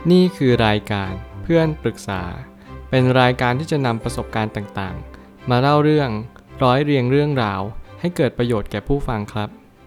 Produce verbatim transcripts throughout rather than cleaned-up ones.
นี่คือรายการเพื่อนปรึกษาเป็นรายการที่จะนำประสบการณ์ต่างๆมาเล่าเรื่องร้อยเรียงเรื่องราวให้เกิดประโยชน์แก่ผู้ฟังครับ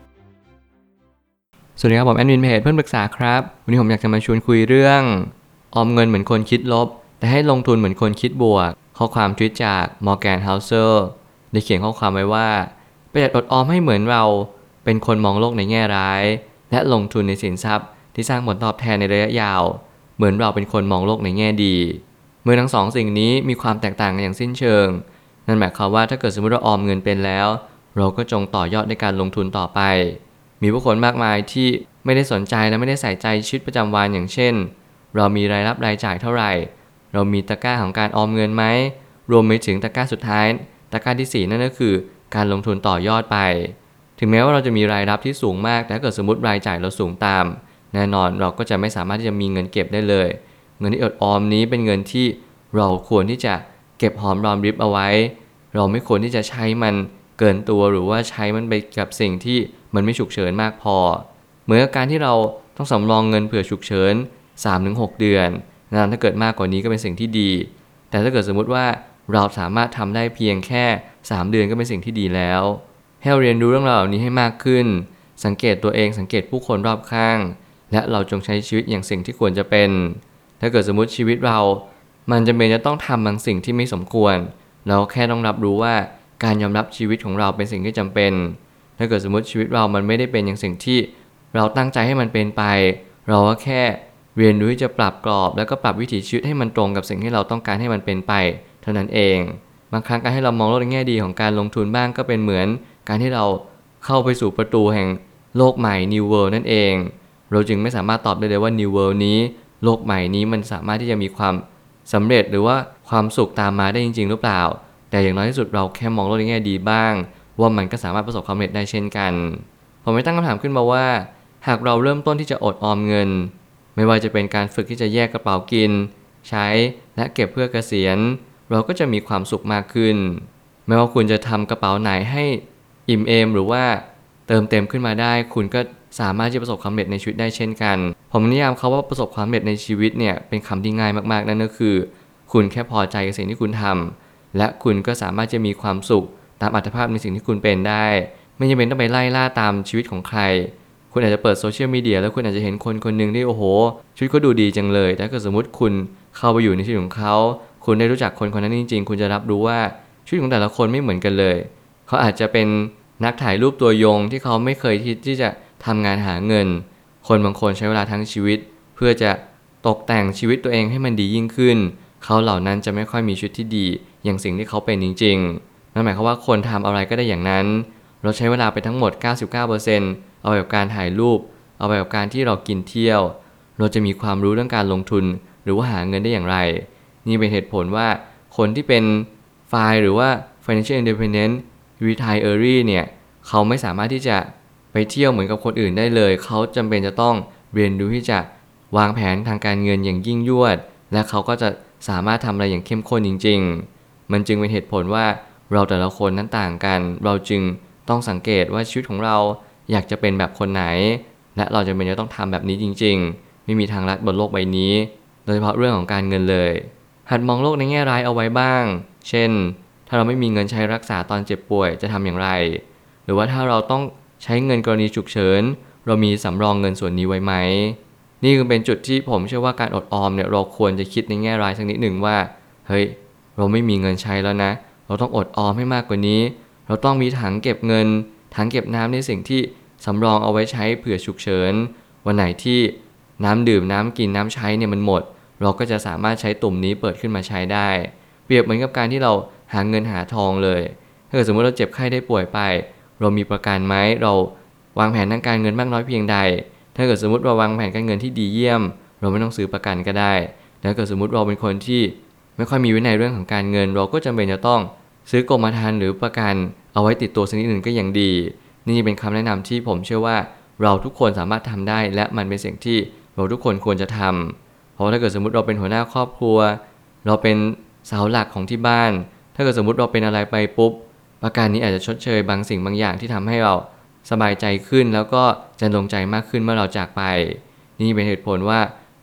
สวัสดีครับผมแอดมินเพจเพื่อนปรึกษาครับวันนี้ผมอยากจะมาชวนคุยเรื่องออมเงินเหมือนคนคิดลบแต่ให้ลงทุนเหมือนคนคิดบวกข้อความทวิตจาก Morgan Housel ได้เขียนข้อความไว้ว่าประหยัดอดออมให้เหมือนเราเป็นคนมองโลกในแง่ร้ายและลงทุนในสินทรัพย์ที่สร้างผลตอบแทนในระยะยาวเหมือนเราเป็นคนมองโลกในแง่ดีเมื่อทั้งสองสิ่งนี้มีความแตกต่างกันอย่างสิ้นเชิงนั่นหมายความว่าถ้าเกิดสมมติเราออมเงินเป็นแล้วเราก็จงต่อยอดในการลงทุนต่อไปมีผู้คนมากมายที่ไม่ได้สนใจและไม่ได้ใส่ใจชีวิตประจำวันอย่างเช่นเรามีรายรับรายจ่ายเท่าไหร่เรามีตะกร้าของการออมเงินไหมรวมไปถึงตะกร้าสุดท้ายตะกร้าที่สี่นั่นก็คือการลงทุนต่อยอดไปถึงแม้ว่าเราจะมีรายรับที่สูงมากแต่ถ้าเกิดสมมติรายจ่ายเราสูงตามแน่นอนเราก็จะไม่สามารถที่จะมีเงินเก็บได้เลยเงินที่อดออมนี้เป็นเงินที่เราควรที่จะเก็บหอมรอมริบเอาไว้เราไม่ควรที่จะใช้มันเกินตัวหรือว่าใช้มันไปกับสิ่งที่มันไม่ฉุกเฉินมากพอเหมือนกับการที่เราต้องสำรองเงินเผื่อฉุกเฉิน สามถึงหก เดือนนะถ้าเกิดมากกว่านี้ก็เป็นสิ่งที่ดีแต่ถ้าเกิดสมมุติว่าเราสามารถทำได้เพียงแค่สามเดือนก็เป็นสิ่งที่ดีแล้วให้เราเรียนรู้เรื่องราวเหล่านี้ให้มากขึ้นสังเกตตัวเองสังเกตผู้คนรอบข้างและเราจงใช้ชีวิตอย่างสิ่งที่ควรจะเป็นถ้าเกิดสมมุติชีวิตเรามันจำเป็นจะต้องทำบางสิ่งที่ไม่สมควรเราแค่ต้องรับรู้ว่าการยอมรับชีวิตของเราเป็นสิ่งที่จำเป็นถ้าเกิดสมมุติชีวิตเรามันไม่ได้เป็นอย่างสิ่งที่เราตั้งใจให้มันเป็นไปเราก็แค่เรียนรู้ที่จะปรับกรอบแล้วก็ปรับวิถีชีวิตให้มันตรงกับสิ่งที่เราต้องการให้มันเป็นไปเท่านั้นเองบางครั้งการให้เรามองโลกในแง่ดีของการลงทุนบ้างก็เป็นเหมือนการที่เราเข้าไปสู่ประตูแห่งโลกใหม่ New World นั่นเองเราจึงไม่สามารถตอบได้เลยว่า New World นี้โลกใหม่นี้มันสามารถที่จะมีความสำเร็จหรือว่าความสุขตามมาได้จริงๆหรือเปล่าแต่อย่างน้อยที่สุดเราแค่มองโลกในแง่ดีบ้างว่ามันก็สามารถประสบความสำเร็จได้เช่นกันผมไม่ตั้งคำถามขึ้นมาว่าหากเราเริ่มต้นที่จะอดออมเงินไม่ว่าจะเป็นการฝึกที่จะแยกกระเป๋ากินใช้และเก็บเพื่อเกษียณเราก็จะมีความสุขมากขึ้นไม่ว่าคุณจะทำกระเป๋าไหนให้อิ่มเอมหรือว่าเติมเต็มขึ้นมาได้คุณก็สามารถที่จะประสบความสำเร็จในชีวิตได้เช่นกันผมนิยามเขาว่าประสบความสำเร็จในชีวิตเนี่ยเป็นคำที่ง่ายมากๆนั่นก็คือคุณแค่พอใจกับสิ่งที่คุณทำและคุณก็สามารถจะมีความสุขตามอัตภาพในสิ่งที่คุณเป็นได้ไม่จำเป็นต้องไปไล่ล่าตามชีวิตของใครคุณอาจจะเปิดโซเชียลมีเดียแล้วคุณอาจจะเห็นคนคนหนึ่งที่โอ้โหชีวิตเขาดูดีจังเลยแต่ถ้าสมมติคุณเข้าไปอยู่ในชีวิตของเขาคุณได้รู้จักคนคนนั้นจริงๆคุณจะรับรู้ว่าชีวิตของแต่ละคนไม่เหมือนกันเลยเขาอาจจะเป็นนักถ่ายรูปตัวยงที่เขาไม่เคยคิดที่จะทำงานหาเงินคนบางคนใช้เวลาทั้งชีวิตเพื่อจะตกแต่งชีวิตตัวเองให้มันดียิ่งขึ้นเขาเหล่านั้นจะไม่ค่อยมีชีวิตที่ดีอย่างสิ่งที่เขาเป็นจริงๆนั่นหมายความว่าคนทำอะไรก็ได้อย่างนั้นเราใช้เวลาไปทั้งหมด เก้าสิบเก้าเปอร์เซ็นต์ เอาไปกับการถ่ายรูปเอาไปกับการที่เรากินเที่ยวเราจะมีความรู้เรื่องการลงทุนหรือว่าหาเงินได้อย่างไรนี่เป็นเหตุผลว่าคนที่เป็น ไฟ หรือว่า Financial Independence Retire Early เนี่ยเขาไม่สามารถที่จะไปเที่ยวเหมือนกับคนอื่นได้เลยเขาจำเป็นจะต้องเรียนรู้ที่จะวางแผนทางการเงินอย่างยิ่งยวดและเขาก็จะสามารถทำอะไรอย่างเข้มข้นจริงๆมันจึงเป็นเหตุผลว่าเราแต่ละคนนั้นต่างกันเราจึงต้องสังเกตว่าชีวิตของเราอยากจะเป็นแบบคนไหนและเราจำเป็นจะต้องทำแบบนี้จริงๆไม่มีทางลัดบนโลกใบนี้โดยเฉพาะเรื่องของการเงินเลยหัดมองโลกในแง่ร้ายเอาไว้บ้างเช่นถ้าเราไม่มีเงินใช้รักษาตอนเจ็บป่วยจะทำอย่างไรหรือว่าถ้าเราต้องใช้เงินกรณีฉุกเฉินเรามีสำรองเงินส่วนนี้ไว้ไหมนี่คือเป็นจุดที่ผมเชื่อว่าการอดออมเนี่ยเราควรจะคิดในแง่ร้ายสักนิดหนึ่งว่าเฮ้ยเราไม่มีเงินใช้แล้วนะเราต้องอดออมให้มากกว่านี้เราต้องมีถังเก็บเงินถังเก็บน้ำในสิ่งที่สำรองเอาไว้ใช้เผื่อฉุกเฉินวันไหนที่น้ำดื่มน้ำกินน้ำใช้เนี่ยมันหมดเราก็จะสามารถใช้ตุ่มนี้เปิดขึ้นมาใช้ได้เปรียบเหมือนกับการที่เราหาเงินหาทองเลยถ้าเกิดสมมติเราเจ็บไข้ได้ป่วยไปเรามีประกันไหมเราวางแผนทางการเงินมากน้อยเพียงใดถ้าเกิดสมมติเราวางแผนการเงินที่ดีเยี่ยมเราไม่ต้องซื้อประกันก็ได้แต่ถ้าเกิดสมมติเราเป็นคนที่ไม่ค่อยมีวินัยเรื่องของการเงินเราก็จำเป็นจะต้องซื้อกรมธรรม์หรือประกันเอาไว้ติดตัวสักนิดหนึ่งก็ยังดีนี่เป็นคำแนะนำที่ผมเชื่อว่าเราทุกคนสามารถทำได้และมันเป็นสิ่งที่เราทุกคนควรจะทำเพราะถ้าเกิดสมมติเราเป็นหัวหน้าครอบครัวเราเป็นเสาหลักของที่บ้านถ้าเกิดสมมติเราเป็นอะไรไปปุ๊บประกันนี้อาจจะชดเชยบางสิ่งบางอย่างที่ทำให้เราสบายใจขึ้นแล้วก็จะลงใจมากขึ้นเมื่อเราจากไปนี่เป็นเหตุผลว่า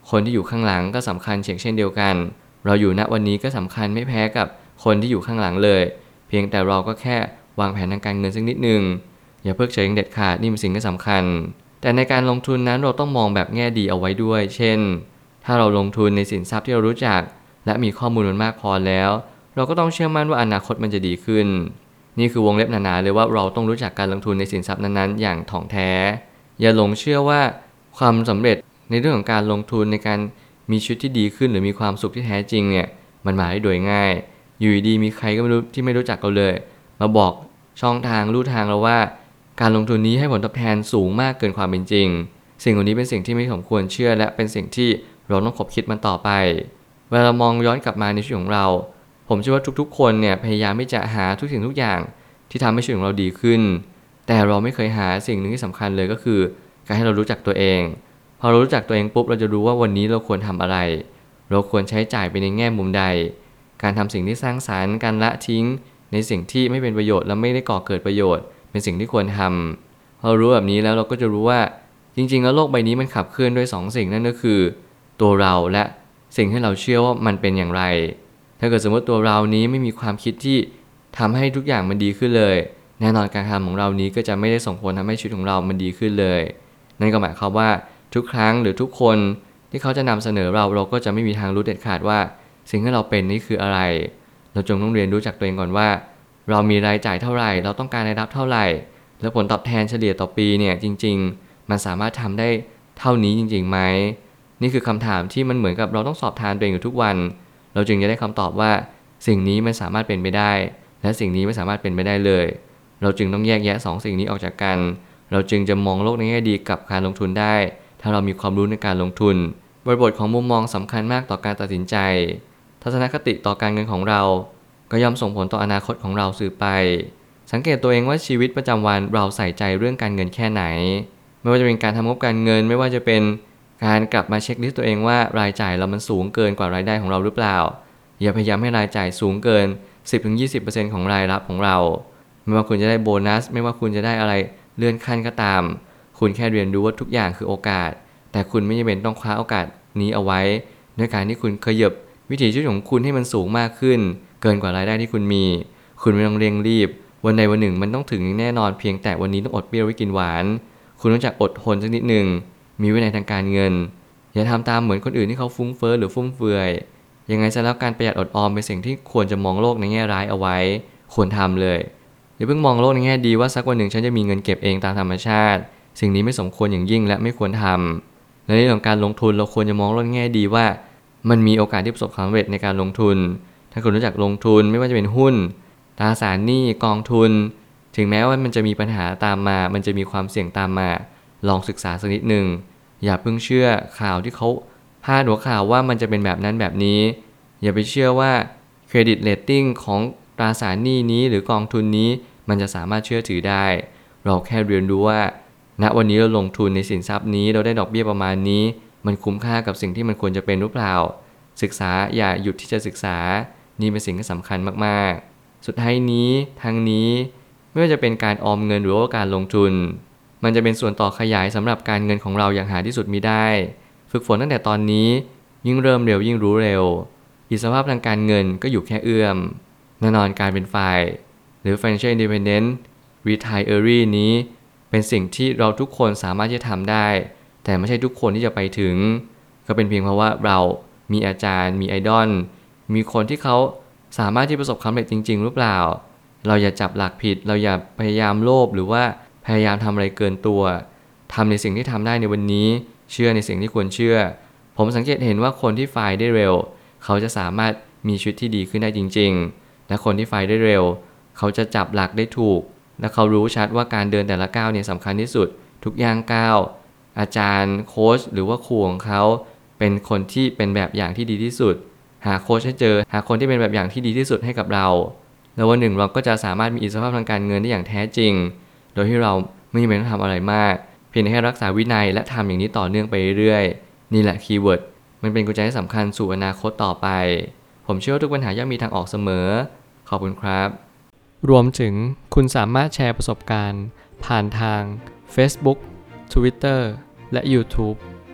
คนที่อยู่ข้างหลังก็สำคัญเช่นเดียวกันเราอยู่ณวันนี้ก็สำคัญไม่แพ้กับคนที่อยู่ข้างหลังเลยเพียงแต่เราก็แค่วางแผนทางการเงินสักนิดนึงอย่าเพิกเฉยเด็ดขาดนี่เป็นสิ่งที่สำคัญแต่ในการลงทุนนั้นเราต้องมองแบบแง่ดีเอาไว้ด้วยเช่นถ้าเราลงทุนในสินทรัพย์ที่เรารู้จักและมีข้อมูลมันมากพอแล้วเราก็ต้องเชื่อมั่นว่าอนาคตมันจะดีขึ้นนี่คือวงเล็บหนาๆเลยว่าเราต้องรู้จักการลงทุนในสินทรัพย์นั้นๆอย่างถ่องแท้อย่าหลงเชื่อว่าความสำเร็จในเรื่องของการลงทุนในการมีชีวิตที่ดีขึ้นหรือมีความสุขที่แท้จริงเนี่ยมันมาได้โดยง่ายอยู่ดีมีใครก็ไม่รู้ที่ไม่รู้จักเราเลยมาบอกช่องทางลู่ทางเราว่าการลงทุนนี้ให้ผลตอบแทนสูงมากเกินความเป็นจริงสิ่งเหล่านี้เป็นสิ่งที่ไม่สมควรเชื่อและเป็นสิ่งที่เราต้องคบคิดมันต่อไปเวลาเรามองย้อนกลับมาในชีวิตของเราผมเชื่อว่าทุกๆคนเนี่ยพยายามที่จะหาทุกสิ่งทุกอย่างที่ทำให้ชีวิตของเราดีขึ้นแต่เราไม่เคยหาสิ่งหนึ่งที่สำคัญเลยก็คือการให้เรารู้จักตัวเองพอเรารู้จักตัวเองปุ๊บเราจะรู้ว่าวันนี้เราควรทำอะไรเราควรใช้จ่ายไปในแง่มุมใดการทำสิ่งที่สร้างสรรค์การละทิ้งในสิ่งที่ไม่เป็นประโยชน์และไม่ได้ก่อเกิดประโยชน์เป็นสิ่งที่ควรทำพอรู้แบบนี้แล้วเราก็จะรู้ว่าจริงๆแล้วโลกใบนี้มันขับเคลื่อนด้วยสองสิ่งนั่นก็คือตัวเราและสิ่งที่เราเชื่อว่ามันเป็นอย่างไรถ้าเกิดสมมติตัวเรานี้ไม่มีความคิดที่ทำให้ทุกอย่างมันดีขึ้นเลยแน่นอนการทำของเรานี้ก็จะไม่ได้ส่งผลทำให้ชีวิตของเรามันดีขึ้นเลยนั่นก็หมายความว่าทุกครั้งหรือทุกคนที่เขาจะนำเสนอเราเราก็จะไม่มีทางรู้เด็ดขาดว่าสิ่งที่เราเป็นนี่คืออะไรเราจงต้องเรียนรู้จากตัวเองก่อนว่าเรามีรายจ่ายเท่าไหร่เราต้องการรายรับเท่าไหร่แล้วผลตอบแทนเฉลี่ยต่อปีเนี่ยจริงๆมันสามารถทำได้เท่านี้จริงๆไหมนี่คือคำถามที่มันเหมือนกับเราต้องสอบทานตัวเองอยู่ทุกวันเราจึงจะได้คำตอบว่าสิ่งนี้มันสามารถเป็นไปได้และสิ่งนี้ไม่สามารถเป็นไปได้เลยเราจึงต้องแยกแยะสองสิ่งนี้ออกจากกันเราจึงจะมองโลกในแง่ดีกับการลงทุนได้ถ้าเรามีความรู้ในการลงทุนบริบทของมุมมองสำคัญมากต่อการตัดสินใจทัศนคติต่อการเงินของเราก็ย่อมส่งผลต่ออนาคตของเราสืบไปสังเกตตัวเองว่าชีวิตประจำวันเราใส่ใจเรื่องการเงินแค่ไหนไม่ว่าจะเป็นการทำงบการเงินไม่ว่าจะเป็นการกลับมาเช็คลิสต์ตัวเองว่ารายจ่ายเรามันสูงเกินกว่ารายได้ของเราหรือเปล่าอย่าพยายามให้รายจ่ายสูงเกิน สิบถึงยี่สิบเปอร์เซ็นต์ ของรายรับของเราไม่ว่าคุณจะได้โบนัสไม่ว่าคุณจะได้อะไรเลื่อนขั้นก็ตามคุณแค่เรียนรู้ว่าทุกอย่างคือโอกาสแต่คุณไม่จำเป็นต้องคว้าโอกาสนี้เอาไว้ด้วยการที่คุณขยับวิถีชีวิตของคุณให้มันสูงมากขึ้นเกินกว่ารายได้ที่คุณมีคุณไม่ต้องเร่งรีบวันใดวันหนึ่งมันต้องถึงแน่นอนเพียงแต่วันนี้ต้องอดเปรี้ยวไว้กินหวานคุณต้องจักอดทนสักนิดหนึ่งมีวินัยทางการเงินอย่าทำตามเหมือนคนอื่นที่เขาฟุ้งเฟ้อหรือฟุ่มเฟือยยังไงซะแล้วการประหยัดอดออมเป็นสิ่งที่ควรจะมองโลกในแง่ร้ายเอาไว้ควรทำเลยอย่าเพิ่งมองโลกในแง่ดีว่าสักวันหนึ่งฉันจะมีเงินเก็บเองตามธรรมชาติสิ่งนี้ไม่สมควรอย่างยิ่งและไม่ควรทำในเรื่องของการลงทุนเราควรจะมองโลกในแง่ดีว่ามันมีโอกาสที่ประสบความสำเร็จในการลงทุนถ้าคุณรู้จักลงทุนไม่ว่าจะเป็นหุ้นตราสารหนี้กองทุนถึงแม้ว่ามันจะมีปัญหาตามมามันจะมีความเสี่ยงตามมาลองศึกษาสักนิดหนึ่งอย่าเพิ่งเชื่อข่าวที่เขาพาดหัวข่าวว่ามันจะเป็นแบบนั้นแบบนี้อย่าไปเชื่อว่าเครดิตเรตติ้งของตราสารหนี้นี้หรือกองทุนนี้มันจะสามารถเชื่อถือได้เราแค่เรียนรู้ว่าณวันนี้เราลงทุนในสินทรัพย์นี้เราได้ดอกเบี้ยประมาณนี้มันคุ้มค่ากับสิ่งที่มันควรจะเป็นหรือเปล่าศึกษาอย่าหยุดที่จะศึกษานี่เป็นสิ่งที่สำคัญมากๆสุดท้ายนี้ทางนี้ไม่ว่าจะเป็นการออมเงินหรือว่าการลงทุนมันจะเป็นส่วนต่อขยายสำหรับการเงินของเราอย่างหาที่สุดมิได้ฝึกฝนตั้งแต่ตอนนี้ยิ่งเริ่มเร็วยิ่งรู้เร็วอิสรภาพทางการเงินก็อยู่แค่เอื้อมแน่นอนการเป็นฝ่ายหรือ financial independence retire early นี้เป็นสิ่งที่เราทุกคนสามารถที่จะทำได้แต่ไม่ใช่ทุกคนที่จะไปถึงก็เป็นเพียงเพราะว่าเรามีอาจารย์มีไอดอลมีคนที่เขาสามารถที่ประสบความสำเร็จจริงๆหรือเปล่าเราอย่าจับหลักผิดเราอย่าพยายามโลภหรือว่าพยายามทำอะไรเกินตัวทำในสิ่งที่ทำได้ในวันนี้เชื่อในสิ่งที่ควรเชื่อผมสังเกตเห็นว่าคนที่ไฟได้เร็วเขาจะสามารถมีชีวิตที่ดีขึ้นได้จริงๆและคนที่ไฟได้เร็วเขาจะจับหลักได้ถูกและเขารู้ชัดว่าการเดินแต่ละก้าวเนี่ยสำคัญที่สุดทุกย่างก้าวอาจารย์โค้ชหรือว่าครูของเขาเป็นคนที่เป็นแบบอย่างที่ดีที่สุดหาโค้ชให้เจอหาคนที่เป็นแบบอย่างที่ดีที่สุดให้กับเราแล้ววันหนึ่งเราก็จะสามารถมีอิสรภาพทางการเงินได้อย่างแท้จริงโดยที่เราไม่จำเป็นต้องทำอะไรมากเพียงแค่รักษาวินัยและทำอย่างนี้ต่อเนื่องไปเรื่อยๆนี่แหละคีย์เวิร์ดมันเป็นกุญแจที่สำคัญสู่อนาคตต่อไปผมเชื่อว่าทุกปัญหาย่อมมีทางออกเสมอขอบคุณครับรวมถึงคุณสามารถแชร์ประสบการณ์ผ่านทาง Facebook Twitter และ YouTube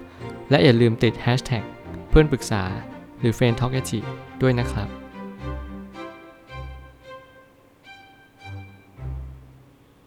และอย่าลืมติด แฮชแท็ก เพื่อนปรึกษาหรือ เฟรนด์ ทอล์ก ด้วยนะครับ